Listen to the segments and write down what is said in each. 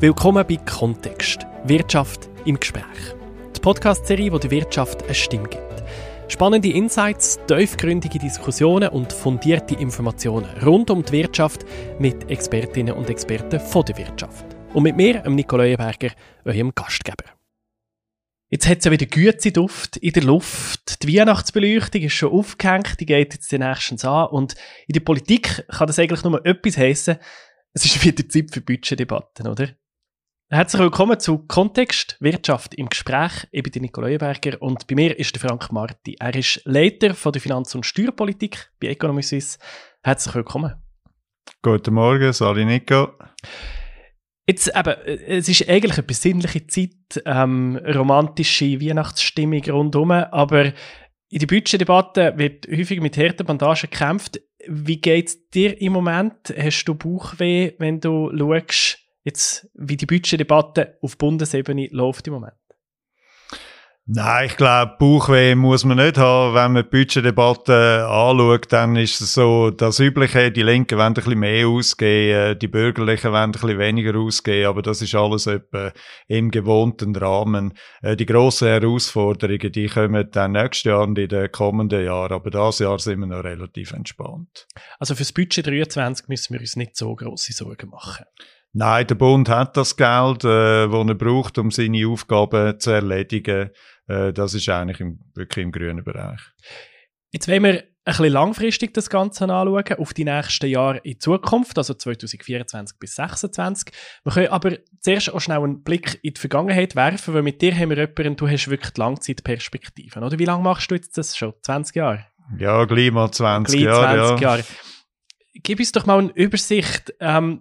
Willkommen bei «Kontext – Wirtschaft im Gespräch». Die Podcast-Serie, die der Wirtschaft eine Stimme gibt. Spannende Insights, tiefgründige Diskussionen und fundierte Informationen rund um die Wirtschaft mit Expertinnen und Experten von der Wirtschaft. Und mit mir, Nico Leuenberger, eurem Gastgeber. Jetzt hat es ja wieder Güte-Duft in der Luft. Die Weihnachtsbeleuchtung ist schon aufgehängt, die geht jetzt nächstens an. Und in der Politik kann das eigentlich nur etwas heissen: es ist wieder Zeit für Budgetdebatten, oder? Herzlich willkommen zu «Kontext – Wirtschaft im Gespräch». Ich bin Nico Leuenberger und bei mir ist der Frank Marti. Er ist Leiter von der Finanz- und Steuerpolitik bei Economy Suisse. Herzlich willkommen. Guten Morgen, Sali Nico. Jetzt eben, es ist eigentlich eine besinnliche Zeit, romantische Weihnachtsstimmung rundherum, aber in der Budgetdebatte wird häufig mit harten Bandagen gekämpft. Wie geht es dir im Moment? Hast du Bauchweh, wenn du schaust, jetzt, wie die Budgetdebatte auf Bundesebene läuft im Moment? Nein, ich glaube, Bauchweh muss man nicht haben. Wenn man die Budgetdebatte anschaut, dann ist es so das Übliche. Die Linken wollen ein bisschen mehr ausgeben, die Bürgerlichen wollen ein bisschen weniger ausgeben, aber das ist alles etwa im gewohnten Rahmen. Die grossen Herausforderungen, die kommen dann nächstes Jahr und in den kommenden Jahren, aber dieses Jahr sind wir noch relativ entspannt. Also für das Budget 23 müssen wir uns nicht so grosse Sorgen machen? Nein, der Bund hat das Geld, das er braucht, um seine Aufgaben zu erledigen. Das ist eigentlich wirklich im grünen Bereich. Jetzt wollen wir ein bisschen langfristig das Ganze anschauen, auf die nächsten Jahre in Zukunft, also 2024 bis 2026. Wir können aber zuerst auch schnell einen Blick in die Vergangenheit werfen, weil mit dir haben wir jemanden, du hast wirklich die Langzeitperspektiven, oder? Wie lange machst du jetzt das schon? 20 Jahre? Ja, gleich mal 20 Jahre. Jahre. Gib uns doch mal eine Übersicht.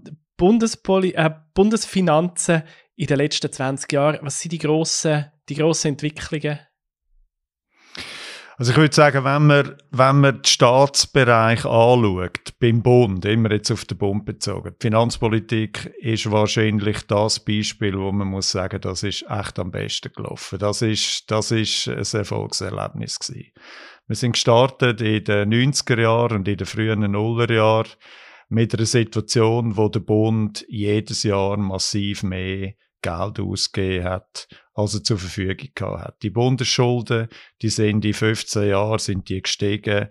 Bundesfinanzen in den letzten 20 Jahren, was sind die grossen Entwicklungen? Also ich würde sagen, wenn man den Staatsbereich anschaut, beim Bund, immer jetzt auf den Bund bezogen, die Finanzpolitik ist wahrscheinlich das Beispiel, wo man muss sagen, das ist echt am besten gelaufen. Das ist ein Erfolgserlebnis gewesen. Wir sind gestartet in den 90er Jahren und in den frühen Nullerjahren mit einer Situation, wo der Bund jedes Jahr massiv mehr Geld ausgegeben hat, als er zur Verfügung gehabt hat. Die Bundesschulden, die sind in 15 Jahren gestiegen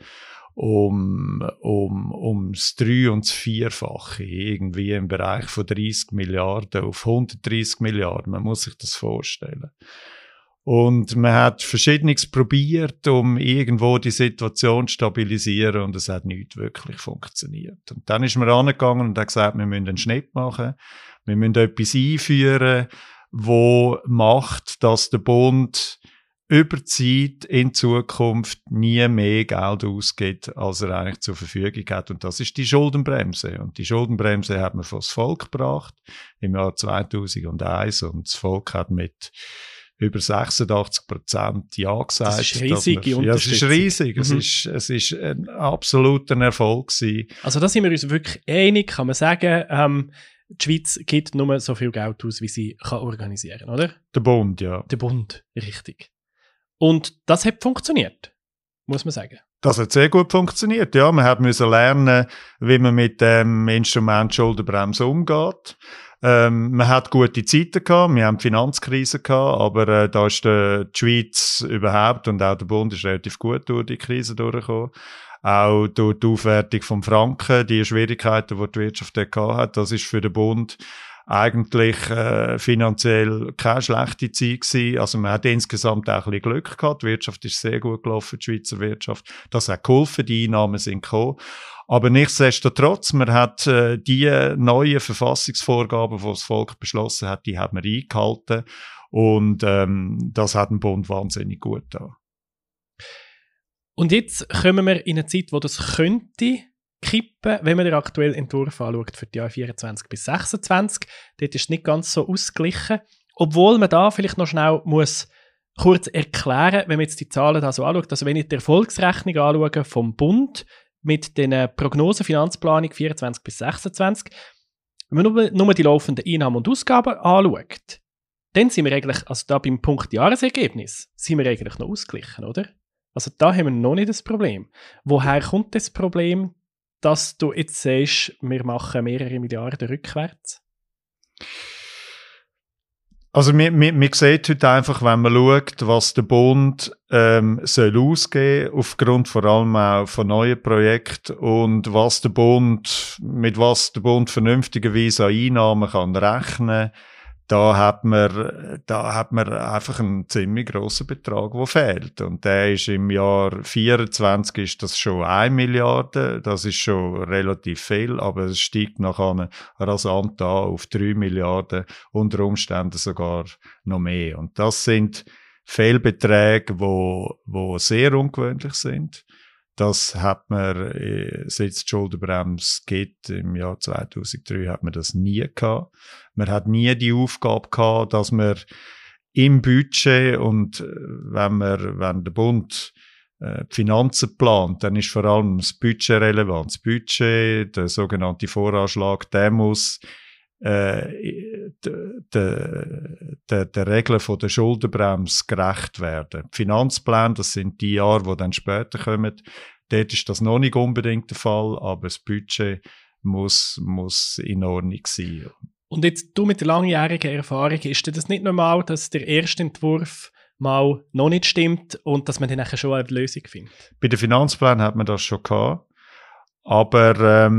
um das 3- und das 4-fache, irgendwie im Bereich von 30 Milliarden auf 130 Milliarden. Man muss sich das vorstellen. Und man hat Verschiedenes probiert, um irgendwo die Situation zu stabilisieren, und es hat nicht wirklich funktioniert. Und dann ist man angegangen und hat gesagt, wir müssen einen Schnitt machen, wir müssen etwas einführen, wo macht, dass der Bund über die Zeit in Zukunft nie mehr Geld ausgibt, als er eigentlich zur Verfügung hat. Und das ist die Schuldenbremse. Und die Schuldenbremse hat man vor das Volk gebracht im Jahr 2001, und das Volk hat mit über 86% Ja gesagt. Das ist riesig. Ja, es ist riesig. Es ist ein absoluter Erfolg gewesen. Also da sind wir uns wirklich einig, kann man sagen. Die Schweiz gibt nur so viel Geld aus, wie sie kann organisieren kann, oder? Der Bund, ja. Der Bund, richtig. Und das hat funktioniert, muss man sagen. Das hat sehr gut funktioniert, ja. Man musste lernen, wie man mit dem Instrument Schuldenbremse umgeht. Man hat gute Zeiten gehabt, wir haben die Finanzkrise gehabt, aber da ist die Schweiz überhaupt und auch der Bund ist relativ gut durch die Krise durchgekommen. Auch durch die Aufwertung vom Franken, die Schwierigkeiten, die die Wirtschaft gehabt hat, das ist für den Bund eigentlich finanziell keine schlechte Zeit gewesen. Also man hat insgesamt auch ein bisschen Glück gehabt. Die Wirtschaft ist sehr gut gelaufen, die Schweizer Wirtschaft. Das hat geholfen, die Einnahmen sind gekommen. Aber nichtsdestotrotz, man hat die neuen Verfassungsvorgaben, die das Volk beschlossen hat, die hat man eingehalten. Und das hat dem Bund wahnsinnig gut getan. Und jetzt kommen wir in eine Zeit, wo das könnte kippen, wenn man den aktuellen Entwurf anschaut für die Jahre 24 bis 26. Dort ist es nicht ganz so ausgeglichen. Obwohl man da vielleicht noch schnell muss kurz erklären, wenn man jetzt die Zahlen da so anschaut, also wenn ich die Erfolgsrechnung anschaue vom Bund mit den Prognosen Finanzplanung 24 bis 26, wenn man nur die laufenden Einnahmen und Ausgaben anschaut, dann sind wir eigentlich, also da beim Punkt Jahresergebnis, sind wir eigentlich noch ausgeglichen, oder? Also da haben wir noch nicht das Problem. Woher kommt das Problem, dass du jetzt sagst, wir machen mehrere Milliarden rückwärts? Also man sieht heute einfach, wenn man schaut, was der Bund soll ausgeben, aufgrund vor allem auch von neuen Projekten und mit was der Bund vernünftigerweise an Einnahmen kann rechnen, da hat man einfach einen ziemlich grossen Betrag, der fehlt. Und der ist im Jahr 2024 ist das schon 1 Milliarde. Das ist schon relativ viel, aber es steigt nachher rasant an auf 3 Milliarden, unter Umständen sogar noch mehr. Und das sind Fehlbeträge, wo sehr ungewöhnlich sind. Das hat man, seit es die Schuldenbremse gibt, im Jahr 2003 hat man das nie gehabt. Man hat nie die Aufgabe gehabt, dass man im Budget und wenn der Bund die Finanzen plant, dann ist vor allem das Budget relevant. Das Budget, der sogenannte Voranschlag, der muss der Regeln von der Schuldenbremse gerecht werden. Die Finanzpläne, das sind die Jahre, die dann später kommen. Dort ist das noch nicht unbedingt der Fall, aber das Budget muss in Ordnung sein. Und jetzt, du mit der langjährigen Erfahrung, ist das nicht normal, dass der erste Entwurf mal noch nicht stimmt und dass man dann nachher schon eine Lösung findet? Bei den Finanzplänen hat man das schon gehabt, aber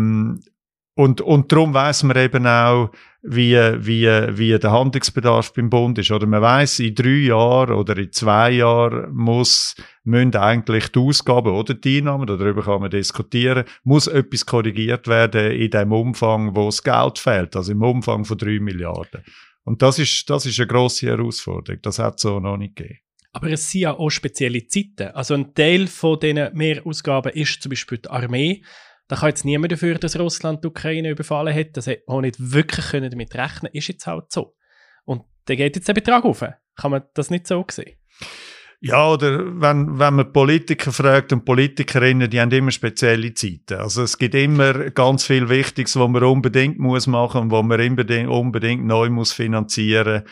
und darum weiss man eben auch, wie der Handlungsbedarf beim Bund ist. Oder man weiss, in 3 Jahren oder in 2 Jahren müssen eigentlich die Ausgaben oder die Einnahmen, darüber kann man diskutieren, muss etwas korrigiert werden in dem Umfang, wo das Geld fehlt, also im Umfang von 3 Milliarden. Und das ist eine grosse Herausforderung. Das hat es so noch nicht gegeben. Aber es sind ja auch spezielle Zeiten. Also ein Teil von diesen Mehrausgaben ist zum Beispiel die Armee. Da kann jetzt niemand dafür, dass Russland die Ukraine überfallen hat. Das hätte man nicht wirklich damit rechnen können. Ist jetzt halt so. Und dann geht jetzt der Betrag auf. Kann man das nicht so sehen? Ja, oder wenn man Politiker fragt und Politikerinnen, die haben immer spezielle Zeiten. Also es gibt immer ganz viel Wichtiges, was man unbedingt muss machen und was man unbedingt neu muss finanzieren.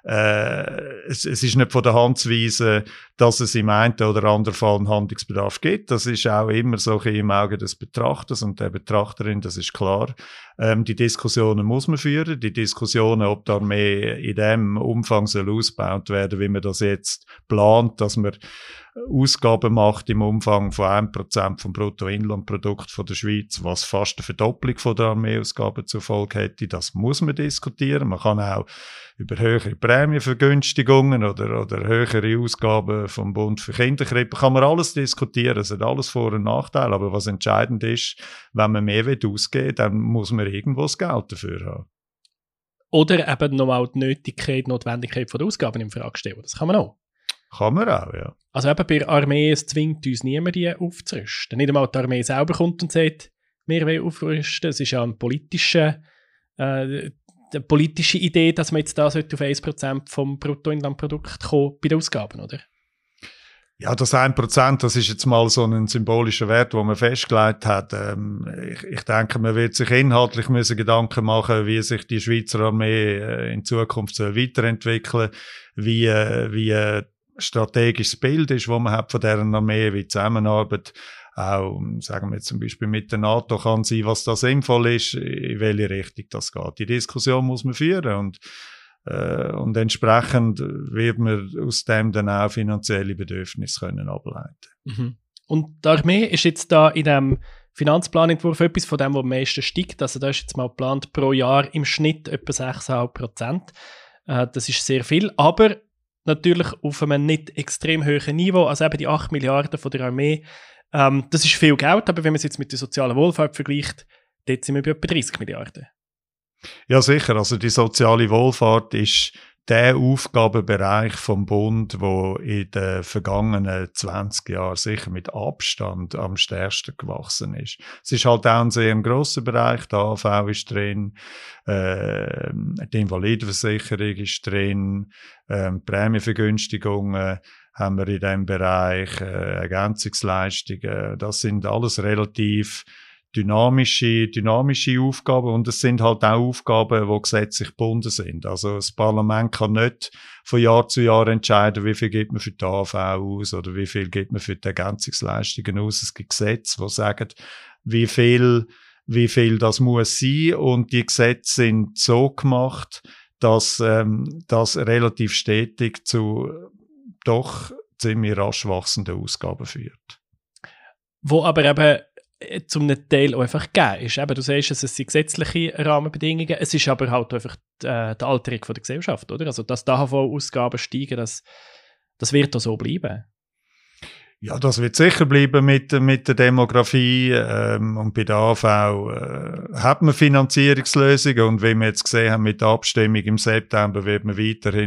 Es ist nicht von der Hand zu weisen, dass es im einen oder anderen Fall einen Handlungsbedarf gibt. Das ist auch immer so im Auge des Betrachters und der Betrachterin, das ist klar. Die Diskussionen muss man führen. Die Diskussionen, ob die Armee in dem Umfang soll ausgebaut werden, wie man das jetzt plant, dass man Ausgaben macht im Umfang von 1% vom Bruttoinlandprodukt von der Schweiz, was fast eine Verdopplung von der Armeeausgaben zur Folge hätte. Das muss man diskutieren. Man kann auch über höhere Prämienvergünstigungen oder höhere Ausgaben vom Bund für Kinderkrippen, kann man alles diskutieren. Es hat alles Vor- und Nachteile. Aber was entscheidend ist, wenn man mehr ausgeben will, dann muss man irgendwo das Geld dafür haben. Oder eben nochmal die Notwendigkeit von der Ausgaben in Frage stellen. Das kann man auch. Kann man auch, ja. Also eben bei der Armee, es zwingt uns niemand, die aufzurüsten. Nicht einmal die Armee selber kommt und sagt, wir wollen aufrüsten. Es ist ja eine politische Idee, dass man jetzt da auf 1% vom Bruttoinlandprodukt kommen bei den Ausgaben, oder? Ja, das 1%, das ist jetzt mal so ein symbolischer Wert, den man festgelegt hat. Ich denke, man wird sich inhaltlich Gedanken machen, wie sich die Schweizer Armee in Zukunft weiterentwickeln soll, wie strategisches Bild ist, das man hat von deren Armee, wie Zusammenarbeit auch, sagen wir jetzt zum Beispiel mit der NATO kann sein, was da sinnvoll ist, in welche Richtung das geht. Die Diskussion muss man führen und entsprechend wird man aus dem dann auch finanzielle Bedürfnisse können ableiten. Mhm. Und die Armee ist jetzt da in dem Finanzplanentwurf etwas von dem, was am meisten steigt. Also da ist jetzt mal geplant pro Jahr im Schnitt etwa 6,5%. Das ist sehr viel, aber natürlich auf einem nicht extrem hohen Niveau, also eben die 8 Milliarden von der Armee. Das ist viel Geld, aber wenn man es jetzt mit der sozialen Wohlfahrt vergleicht, dort sind wir bei etwa 30 Milliarden. Ja, sicher. Also die soziale Wohlfahrt ist der Aufgabenbereich vom Bund, wo in den vergangenen 20 Jahren sicher mit Abstand am stärksten gewachsen ist. Es ist halt auch ein sehr grosser Bereich. Die AV ist drin, die Invalidenversicherung ist drin, Prämienvergünstigungen haben wir in diesem Bereich, Ergänzungsleistungen. Das sind alles relativ dynamische Aufgaben und es sind halt auch Aufgaben, die gesetzlich gebunden sind. Also das Parlament kann nicht von Jahr zu Jahr entscheiden, wie viel gibt man für die AV aus oder wie viel gibt man für die Ergänzungsleistungen aus. Es gibt Gesetze, die sagen, wie viel das muss sein und die Gesetze sind so gemacht, dass das relativ stetig zu doch ziemlich rasch wachsenden Ausgaben führt. Wo aber eben zum Teil auch einfach gegeben ist. Eben, du sagst, es sind gesetzliche Rahmenbedingungen, es ist aber halt einfach die Alterung der Gesellschaft, oder? Also, dass die AHV-Ausgaben steigen, das wird auch so bleiben. Ja, das wird sicher bleiben mit der Demografie und bei der AV hat man Finanzierungslösungen und wie wir jetzt gesehen haben mit der Abstimmung im September, wird man weiterhin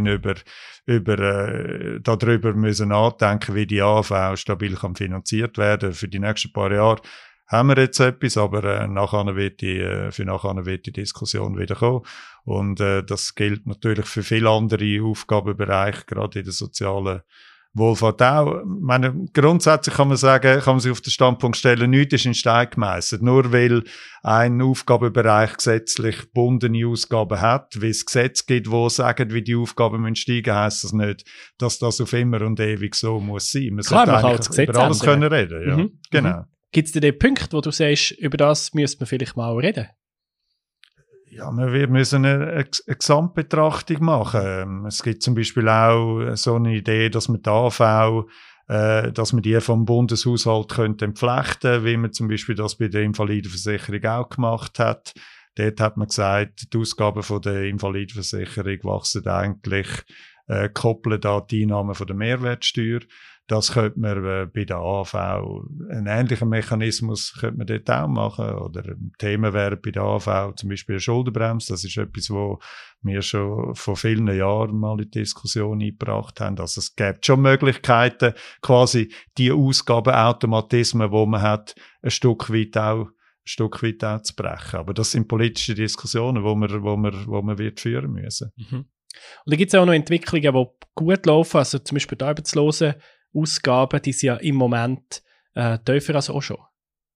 darüber müssen nachdenken, wie die AV stabil kann finanziert werden. Für die nächsten paar Jahre haben wir jetzt etwas, aber für nachher wird die Diskussion wieder kommen. Und das gilt natürlich für viele andere Aufgabenbereiche, gerade in der sozialen Wohlfahrt auch. Ich meine, grundsätzlich kann man sagen, kann man sich auf den Standpunkt stellen, nichts ist in Stein gemeißelt. Nur weil ein Aufgabenbereich gesetzlich gebundene Ausgaben hat, wie es Gesetze gibt, die sagen, wie die Aufgaben müssen steigen, heisst das nicht, dass das auf immer und ewig so muss sein. Man sollte eigentlich über alles können reden. Ja. Genau. Gibt es denn den Punkt, wo du sagst, über das müsste man vielleicht mal reden? Ja, wir müssen eine Gesamtbetrachtung machen. Es gibt zum Beispiel auch so eine Idee, dass man die AV, dass man die vom Bundeshaushalt könnte entflechten, wie man zum Beispiel das bei der Invalidenversicherung auch gemacht hat. Dort hat man gesagt, die Ausgaben von der Invalidenversicherung wachsen eigentlich gekoppelt an die Einnahmen von der Mehrwertsteuer. Das könnte man bei der AV, einen ähnlichen Mechanismus könnte man dort auch machen. Oder Themen wären bei der AV zum Beispiel eine Schuldenbremse. Das ist etwas, wo wir schon vor vielen Jahren mal in die Diskussion eingebracht haben. Also es gibt schon Möglichkeiten, quasi die Ausgabenautomatismen, die man hat, ein Stück weit auch zu brechen. Aber das sind politische Diskussionen, wo man wird führen müssen. Mhm. Und da gibt es auch noch Entwicklungen, die gut laufen. Also zum Beispiel die Arbeitslosenausgaben, die sind ja im Moment tiefer als auch schon.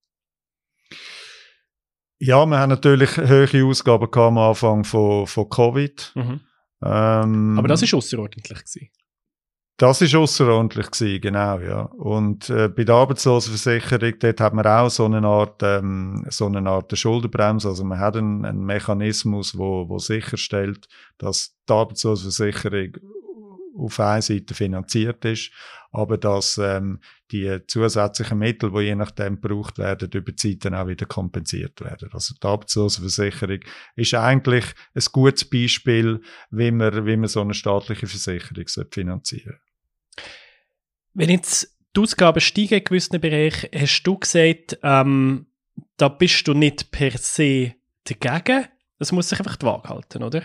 Ja, wir haben natürlich hohe Ausgaben am Anfang von Covid. Mhm. Aber das war ausserordentlich gewesen. Das ist ausserordentlich gewesen, genau, ja. Und bei der Arbeitslosenversicherung, dort hat man auch so eine Art Schuldenbremse. Also man hat einen Mechanismus, wo sicherstellt, dass die Arbeitslosenversicherung auf einer Seite finanziert ist, aber dass die zusätzlichen Mittel, die je nachdem gebraucht werden, über die Zeit dann auch wieder kompensiert werden. Also die Arbeitslosenversicherung ist eigentlich ein gutes Beispiel, wie man so eine staatliche Versicherung finanzieren sollte. Wenn jetzt die Ausgaben steigen in gewissen Bereichen, hast du gesagt, da bist du nicht per se dagegen. Das muss sich einfach die Waage halten, oder?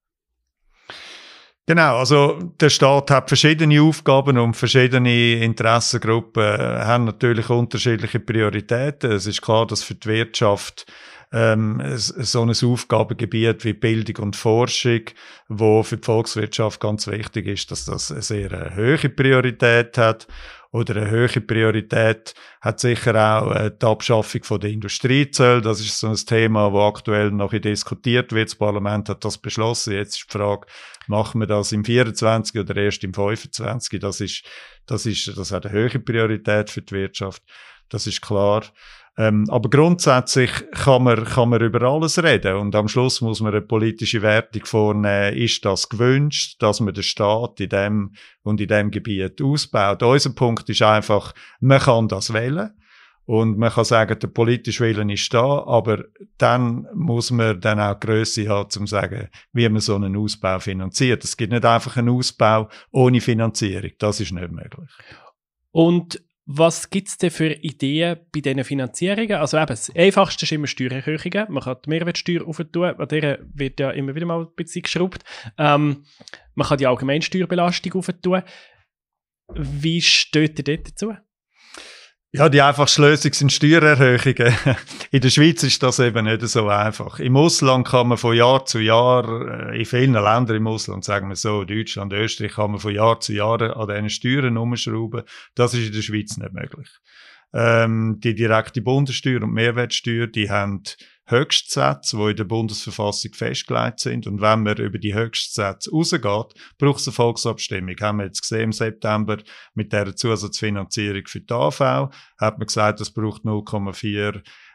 Genau, also der Staat hat verschiedene Aufgaben und verschiedene Interessengruppen haben natürlich unterschiedliche Prioritäten. Es ist klar, dass für die Wirtschaft so ein Aufgabengebiet wie Bildung und Forschung, wo für die Volkswirtschaft ganz wichtig ist, dass das eine sehr hohe Priorität hat. Oder eine hohe Priorität hat sicher auch die Abschaffung von der Industriezölle. Das ist so ein Thema, das aktuell noch diskutiert wird. Das Parlament hat das beschlossen. Jetzt ist die Frage, machen wir das im 24 oder erst im 25? Das hat eine hohe Priorität für die Wirtschaft. Das ist klar. Aber grundsätzlich kann man über alles reden. Und am Schluss muss man eine politische Wertung vornehmen. Ist das gewünscht, dass man den Staat in dem Gebiet ausbaut? Unser Punkt ist einfach, man kann das wählen. Und man kann sagen, der politische Willen ist da, aber dann muss man dann auch die Grösse haben, um zu sagen, wie man so einen Ausbau finanziert. Es gibt nicht einfach einen Ausbau ohne Finanzierung. Das ist nicht möglich. Und was gibt es denn für Ideen bei diesen Finanzierungen? Also eben, das Einfachste ist immer Steuererhöhungen. Man kann die Mehrwertsteuer aufentun, an der wird ja immer wieder mal ein bisschen geschraubt. Man kann die Allgemeinsteuerbelastung aufentun. Wie steht ihr dort dazu? Ja, die einfachste Lösung sind Steuererhöhungen. In der Schweiz ist das eben nicht so einfach. Im Ausland kann man von Jahr zu Jahr, in vielen Ländern im Ausland, sagen wir so, Deutschland, Österreich, kann man von Jahr zu Jahr an diesen Steuern umschrauben. Das ist in der Schweiz nicht möglich. Die direkte Bundessteuer und Mehrwertsteuer, die haben Höchstsätze, die in der Bundesverfassung festgelegt sind. Und wenn man über die Höchstsätze rausgeht, braucht es eine Volksabstimmung. Haben wir jetzt gesehen im September mit der Zusatzfinanzierung für die AV, hat man gesagt, es braucht 0,4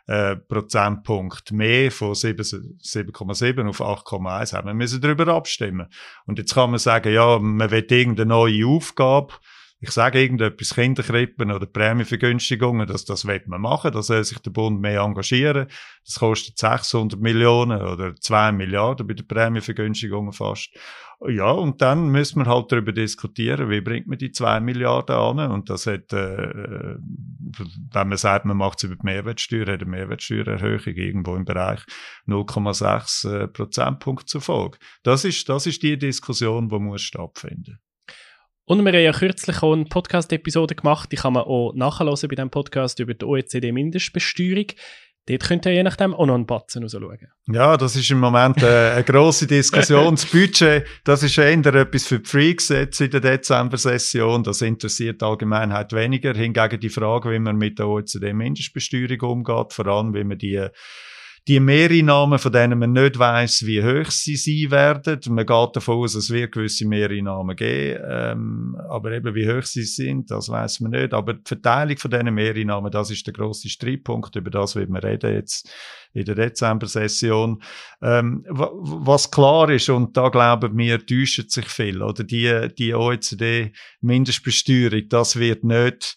Prozentpunkt mehr von 7,7 auf 8,1 haben wir müssen darüber abstimmen. Und jetzt kann man sagen, ja, man will irgendeine neue Aufgabe. Ich sage irgendetwas, Kinderkrippen oder Prämienvergünstigungen, das will man machen, da soll sich der Bund mehr engagieren. Das kostet 600 Millionen oder 2 Milliarden bei den Prämienvergünstigungen fast. Ja, und dann müssen wir halt darüber diskutieren, wie bringt man die 2 Milliarden an. Und das hat, wenn man sagt, man macht es über die Mehrwertsteuer, hat eine Mehrwertsteuererhöhung irgendwo im Bereich 0,6 Prozentpunkt zur Folge. Das ist die Diskussion, die muss stattfinden. Und wir haben ja kürzlich auch eine Podcast-Episode gemacht, die kann man auch nachhören bei diesem Podcast über die OECD-Mindestbesteuerung. Dort könnt ihr je nachdem auch noch einen Batzen rausschauen. Ja, das ist im Moment eine grosse Diskussion. Das Budget, das ist eher etwas für die Freaks jetzt in der Dezember-Session. Das interessiert die Allgemeinheit weniger. Hingegen die Frage, wie man mit der OECD-Mindestbesteuerung umgeht, vor allem, wie man die Mehreinnahmen, von denen man nicht weiss, wie hoch sie sein werden. Man geht davon aus, es wird gewisse Mehreinnahmen geben. Aber eben, wie hoch sie sind, das weiss man nicht. Aber die Verteilung von diesen Mehreinnahmen, das ist der grosse Streitpunkt. Über das wird man reden jetzt in der Dezember-Session. Was klar ist, und da glauben wir, täuschen sich viel, oder die OECD-Mindestbesteuerung, das wird nicht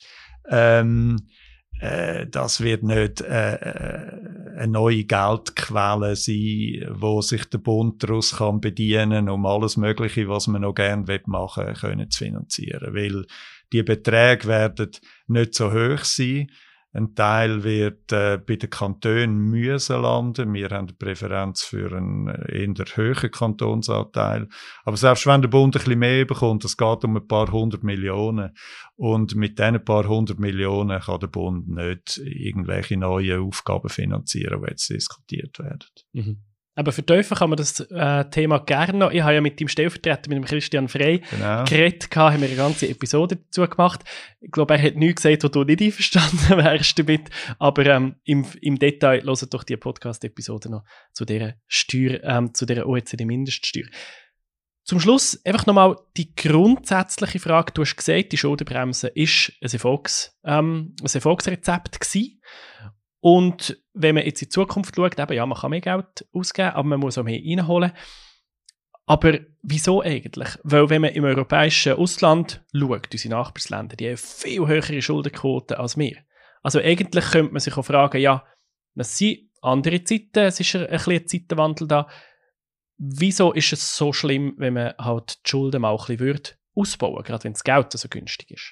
eine neue Geldquelle sein, wo sich der Bund daraus kann bedienen, um alles Mögliche, was man noch gerne machen will, können zu finanzieren. Weil die Beträge werden nicht so hoch sein. Ein Teil wird bei den Kantonen müssen landen. Wir haben eine Präferenz für einen eher höheren Kantonsanteil. Aber selbst wenn der Bund ein bisschen mehr bekommt, es geht um ein paar 100 Millionen. Und mit diesen paar 100 Millionen kann der Bund nicht irgendwelche neuen Aufgaben finanzieren, die jetzt diskutiert werden. Mhm. Aber vertiefen kann man das Thema gerne noch. Ich habe ja mit dem Stellvertreter, mit dem Christian Frey, geredet, haben wir eine ganze Episode dazu gemacht. Ich glaube, er hat nichts gesagt, wo du nicht einverstanden wärst damit. Aber im Detail hört doch die Podcast-Episode noch zu dieser Steuer, zu dieser OECD-Mindeststeuer. Zum Schluss einfach nochmal die grundsätzliche Frage. Du hast gesagt, die Schuldenbremse ist ein Erfolgsrezept gewesen. Und wenn man jetzt in die Zukunft schaut, eben, ja, man kann mehr Geld ausgeben, aber man muss auch mehr reinholen. Aber wieso eigentlich? Weil wenn man im europäischen Ausland schaut, unsere Nachbarländer, die haben viel höhere Schuldenquoten als wir. Also eigentlich könnte man sich auch fragen, ja, das sind andere Zeiten, es ist ein bisschen ein Zeitenwandel da. Wieso ist es so schlimm, wenn man halt die Schulden mal ein bisschen ausbauen würde, gerade wenn das Geld so günstig ist?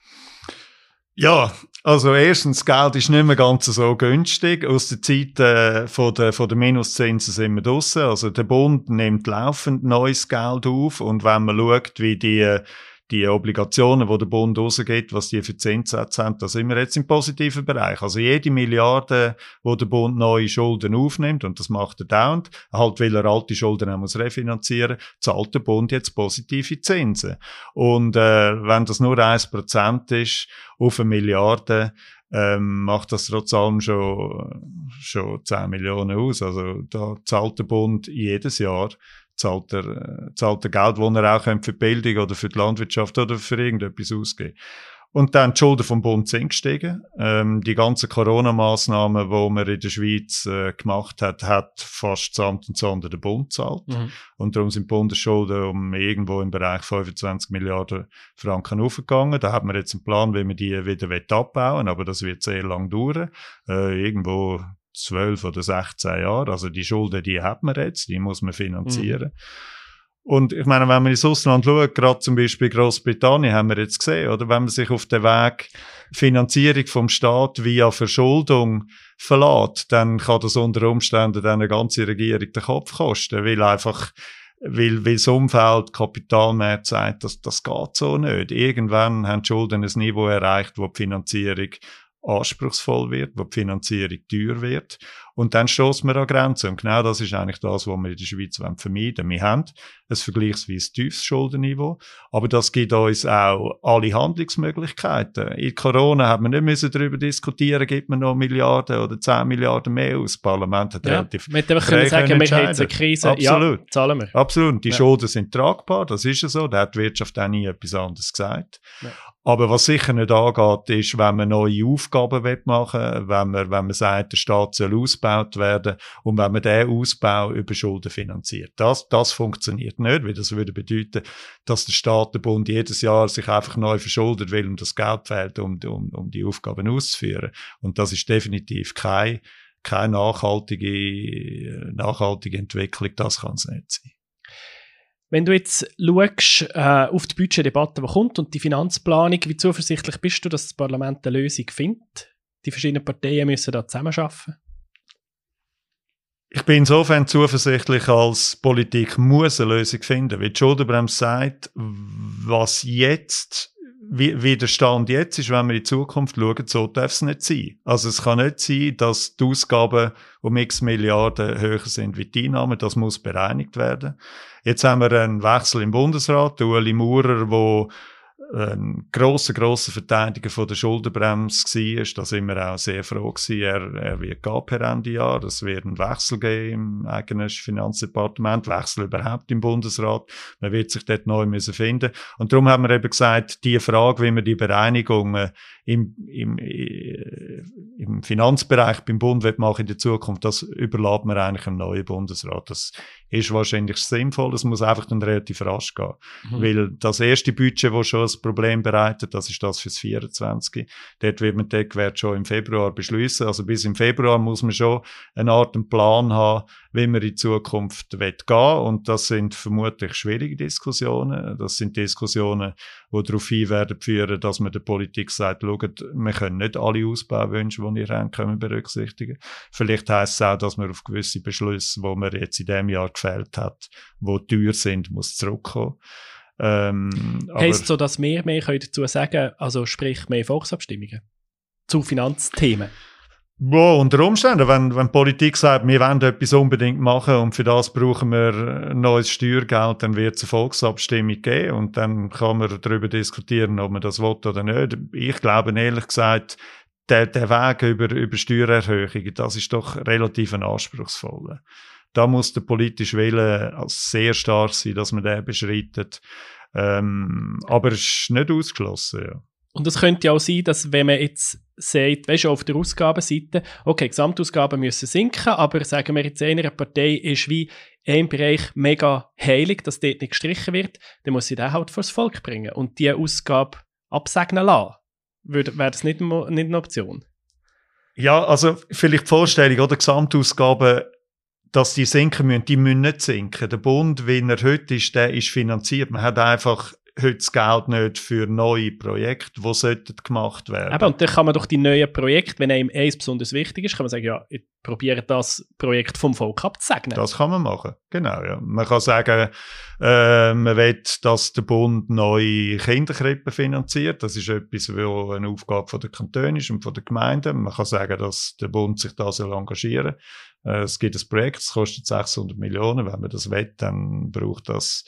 Ja, also erstens, Geld ist nicht mehr ganz so günstig. Aus der Zeit von der Minuszinsen sind wir draussen. Also der Bund nimmt laufend neues Geld auf und wenn man schaut, wie die Obligationen, die der Bund rausgibt, was die für Zinssätze haben, da sind wir jetzt im positiven Bereich. Also jede Milliarde, wo der Bund neue Schulden aufnimmt, und das macht er dauernd, halt weil er alte Schulden auch muss refinanzieren, zahlt der Bund jetzt positive Zinsen. Und wenn das nur 1% ist auf eine Milliarde, macht das trotz allem schon 10 Millionen aus. Also da zahlt der Bund jedes Jahr zahlt er Geld, das er auch für die Bildung oder für die Landwirtschaft oder für irgendetwas ausgeben. Und dann die Schulden vom Bund sind gestiegen. Die ganzen Corona-Massnahmen, die man in der Schweiz gemacht hat fast samt und sondern der Bund gezahlt. Mhm. Und darum sind die Bundesschulden um irgendwo im Bereich 25 Milliarden Franken aufgegangen. Da hat man jetzt einen Plan, wie man die wieder abbauen will, aber das wird sehr lang dauern. Irgendwo 12 oder 16 Jahre. Also die Schulden, die hat man jetzt, die muss man finanzieren. Und ich meine, wenn man ins Ausland schaut, gerade zum Beispiel Großbritannien, haben wir jetzt gesehen, oder? Wenn man sich auf den Weg Finanzierung vom Staat via Verschuldung verlässt, dann kann das unter Umständen dann eine ganze Regierung den Kopf kosten, weil das Umfeld, Kapitalmarkt sagt, das geht so nicht. Irgendwann haben die Schulden ein Niveau erreicht, wo die Finanzierung anspruchsvoll wird, wo die Finanzierung teuer wird. Und dann stossen wir an Grenzen. Und genau das ist eigentlich das, was wir in der Schweiz vermeiden wollen. Wir haben ein vergleichsweise tiefes Schuldenniveau, aber das gibt uns auch alle Handlungsmöglichkeiten. In Corona haben wir nicht darüber diskutieren, gibt man noch Milliarden oder 10 Milliarden mehr aus. Das Parlament hat relativ frei können sagen, wir haben jetzt eine Krise. Absolut. Ja, zahlen wir. Absolut. Die Schulden sind tragbar, das ist ja so. Da hat die Wirtschaft auch nie etwas anderes gesagt. Ja. Aber was sicher nicht angeht, ist, wenn man neue Aufgaben machen will, wenn man sagt, der Staat soll ausgebaut werden und wenn man diesen Ausbau über Schulden finanziert. Das funktioniert nicht, weil das würde bedeuten, dass der Staat, der Bund jedes Jahr sich einfach neu verschuldet, weil ihm das Geld fehlt, um die Aufgaben auszuführen. Und das ist definitiv keine nachhaltige Entwicklung, das kann es nicht sein. Wenn du jetzt schaust, auf die Budgetdebatte, die kommt und die Finanzplanung, wie zuversichtlich bist du, dass das Parlament eine Lösung findet? Die verschiedenen Parteien müssen da zusammenarbeiten. Ich bin insofern zuversichtlich, als Politik muss eine Lösung finden. Wie die Schuldenbremse sagt, was jetzt, wie der Stand jetzt ist, wenn wir in die Zukunft schauen, so darf es nicht sein. Also es kann nicht sein, dass die Ausgaben um x Milliarden höher sind wie die Einnahmen. Das muss bereinigt werden. Jetzt haben wir einen Wechsel im Bundesrat. Ueli Maurer, der ein grosser Verteidiger von der Schuldenbremse war, da sind wir auch sehr froh gewesen. Er wird gehen per Ende Jahr. Es wird einen Wechsel geben im eigenen Finanzdepartement, Wechsel überhaupt im Bundesrat. Man wird sich dort neu müssen finden. Und darum haben wir eben gesagt, die Frage, wie man die Bereinigungen im Finanzbereich beim Bund machen in der Zukunft, das überlässt man eigentlich im neuen Bundesrat. Das ist wahrscheinlich sinnvoll. Das muss einfach dann relativ rasch gehen. Weil das erste Budget, das schon ein Problem bereitet, das ist das fürs 24. Dort wird man den Wert schon im Februar beschließen. Also bis im Februar muss man schon eine Art einen Plan haben, wie man in Zukunft gehen will. Und das sind vermutlich schwierige Diskussionen. Das sind Diskussionen, die darauf hin werden führen, dass man der Politik sagt, schaut, wir können nicht alle Ausbauwünsche, die ihr habt, können berücksichtigen. Vielleicht heisst es auch, dass man auf gewisse Beschlüsse, die man jetzt in diesem Jahr gefällt hat, die teuer sind, muss zurückkommen. Heisst so, dass wir mehr dazu sagen können, also sprich mehr Volksabstimmungen zu Finanzthemen? Ja, unter Umständen, wenn die Politik sagt, wir wollen etwas unbedingt machen und für das brauchen wir neues Steuergeld, dann wird es eine Volksabstimmung geben und dann kann man darüber diskutieren, ob man das will oder nicht. Ich glaube ehrlich gesagt, der Weg über Steuererhöhungen, das ist doch relativ anspruchsvoll. Da muss der politische Wille sehr stark sein, dass man den beschreitet. Aber es ist nicht ausgeschlossen, ja. Und es könnte ja auch sein, dass wenn man jetzt sagt, weißt du, auf der Ausgabenseite, okay, Gesamtausgaben müssen sinken, aber sagen wir jetzt, einer Partei ist wie ein Bereich mega heilig, dass dort nicht gestrichen wird, dann muss sie den halt vors Volk bringen und die Ausgabe absegnen lassen. Wäre das nicht eine Option? Ja, also vielleicht die Vorstellung, oder Gesamtausgaben, dass die sinken müssen, die müssen nicht sinken. Der Bund, wie er heute ist, der ist finanziert. Man hat einfach heute das Geld nicht für neue Projekte, die sollten gemacht werden. Eben, und dann kann man doch die neuen Projekte, wenn einem eins besonders wichtig ist, kann man sagen, ja, ich probiere das Projekt vom Volk abzusegnen. Das kann man machen, genau. Ja. Man kann sagen, man will, dass der Bund neue Kinderkrippen finanziert. Das ist etwas, was eine Aufgabe von der Kantone ist und von der Gemeinden. Man kann sagen, dass der Bund sich da engagieren soll. Es gibt ein Projekt, das kostet 600 Millionen. Wenn man das will, dann braucht das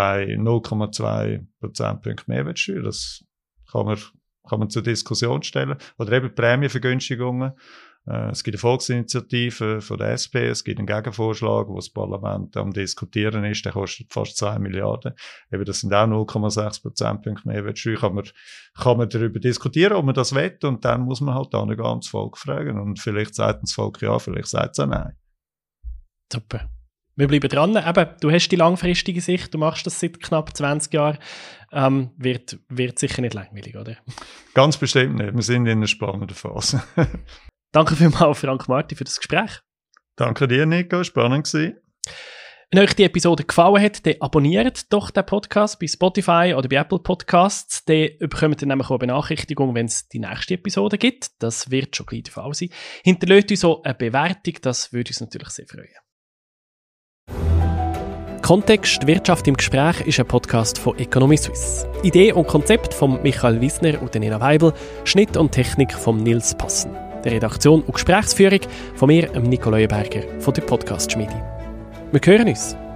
0,2 Prozentpunkte Mehrwertsteuer. Das kann man zur Diskussion stellen. Oder eben Prämienvergünstigungen. Es gibt eine Volksinitiative von der SP, es gibt einen Gegenvorschlag, wo das Parlament am Diskutieren ist, der kostet fast 2 Milliarden. Eben, das sind auch 0,6 Prozentpunkte Mehrwertsteuer. Kann man darüber diskutieren, ob man das will, und dann muss man halt dann ganz das Volk fragen. Und vielleicht sagt das Volk ja, vielleicht sagt es auch nein. Super. Wir bleiben dran. Eben, du hast die langfristige Sicht, du machst das seit knapp 20 Jahren. Wird sicher nicht langweilig, oder? Ganz bestimmt nicht. Wir sind in einer spannenden Phase. Danke vielmals, Frank Marti, für das Gespräch. Danke dir, Nico. Spannend gewesen. Wenn euch die Episode gefallen hat, dann abonniert doch den Podcast bei Spotify oder bei Apple Podcasts. Dann bekommt ihr nämlich auch eine Benachrichtigung, wenn es die nächste Episode gibt. Das wird schon gleich der Fall sein. Hinterlasst uns auch eine Bewertung, das würde uns natürlich sehr freuen. Kontext Wirtschaft im Gespräch ist ein Podcast von Economy Suisse. Idee und Konzept von Michael Wiesner und Nina Weibel, Schnitt und Technik von Nils Passen. Der Redaktion und Gesprächsführung von mir, Nico Leuenberger von der Podcast-Schmiede. Wir hören uns.